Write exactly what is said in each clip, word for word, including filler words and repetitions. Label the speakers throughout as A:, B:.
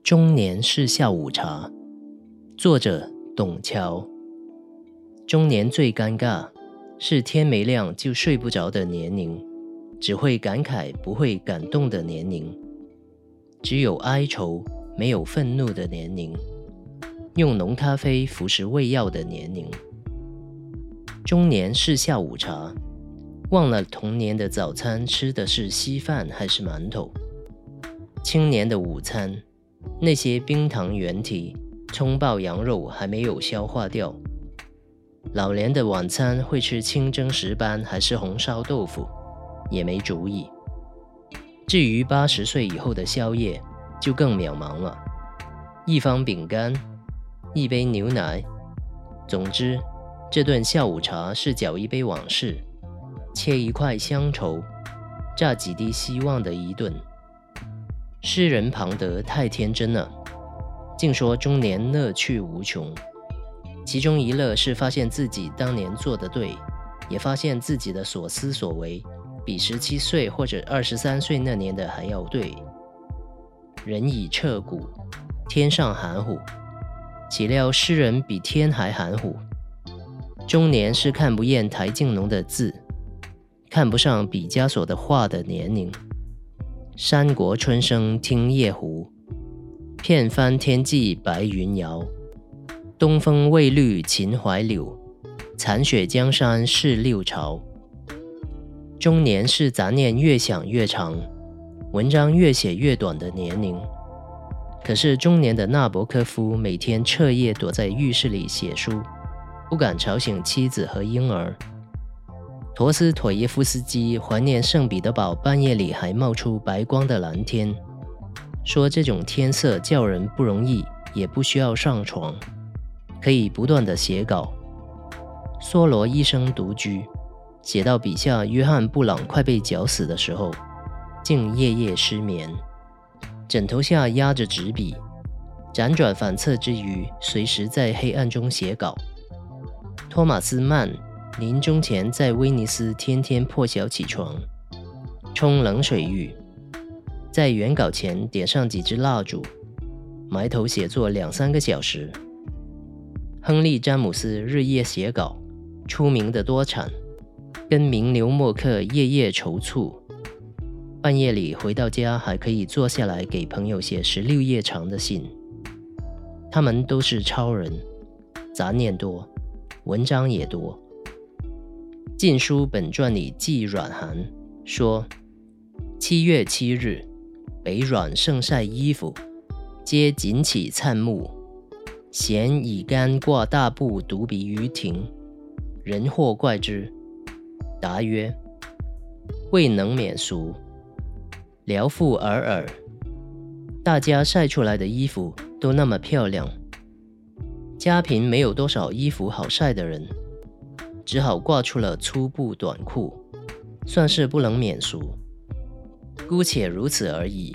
A: 中年是下午茶，作者董桥。中年最尴尬，是天没亮就睡不着的年龄，只会感慨不会感动的年龄，只有哀愁没有愤怒的年龄，用浓咖啡服食胃药的年龄。中年是下午茶，忘了童年的早餐吃的是稀饭还是馒头。青年的午餐，那些冰糖原体、葱爆羊肉还没有消化掉。老年的晚餐会吃清蒸石斑还是红烧豆腐，也没主意。至于八十岁以后的宵夜，就更渺茫了。一方饼干，一杯牛奶。总之，这顿下午茶是搅一杯往事，切一块乡愁，榨几滴希望的一顿。诗人庞德太天真了，竟说中年乐趣无穷，其中一乐是发现自己当年做得对，也发现自己的所思所为比十七岁或者二十三岁那年的还要对。人已彻骨，天上含糊，岂料诗人比天还含糊。中年是看不厌台静农的字，看不上毕加索的画的年龄。山国春生听夜胡，片帆天际白云摇。东风未绿秦淮柳，残雪江山是六朝。中年是杂念越想越长，文章越写越短的年龄。可是中年的纳博科夫每天彻夜躲在浴室里写书，不敢吵醒妻子和婴儿。陀思妥耶夫斯基怀念圣彼得堡半夜里还冒出白光的蓝天，说这种天色叫人不容易，也不需要上床，可以不断地写稿。梭罗一生独居，写到笔下约翰布朗快被绞死的时候，竟夜夜失眠，枕头下压着纸笔，辗转反侧之余，随时在黑暗中写稿。托马斯曼临终前在威尼斯天天破晓起床，冲冷水浴，在原稿前点上几支蜡烛，埋头写作两三个小时。亨利·詹姆斯日夜写稿，出名的多产，跟名流墨客夜夜筹措，半夜里回到家还可以坐下来给朋友写十六页长的信。他们都是超人，杂念多，文章也多。《晋书》本传里记阮寒说，七月七日，北阮盛晒衣服，皆锦起灿木，闲以竿挂大布独鼻于庭，人或怪之，答曰：未能免俗，聊复尔尔。大家晒出来的衣服都那么漂亮，家贫没有多少衣服好晒的人，只好挂出了粗布短裤，算是不能免俗，姑且如此而已。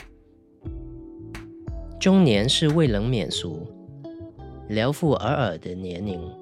A: 中年是未能免俗，聊复尔尔的年龄。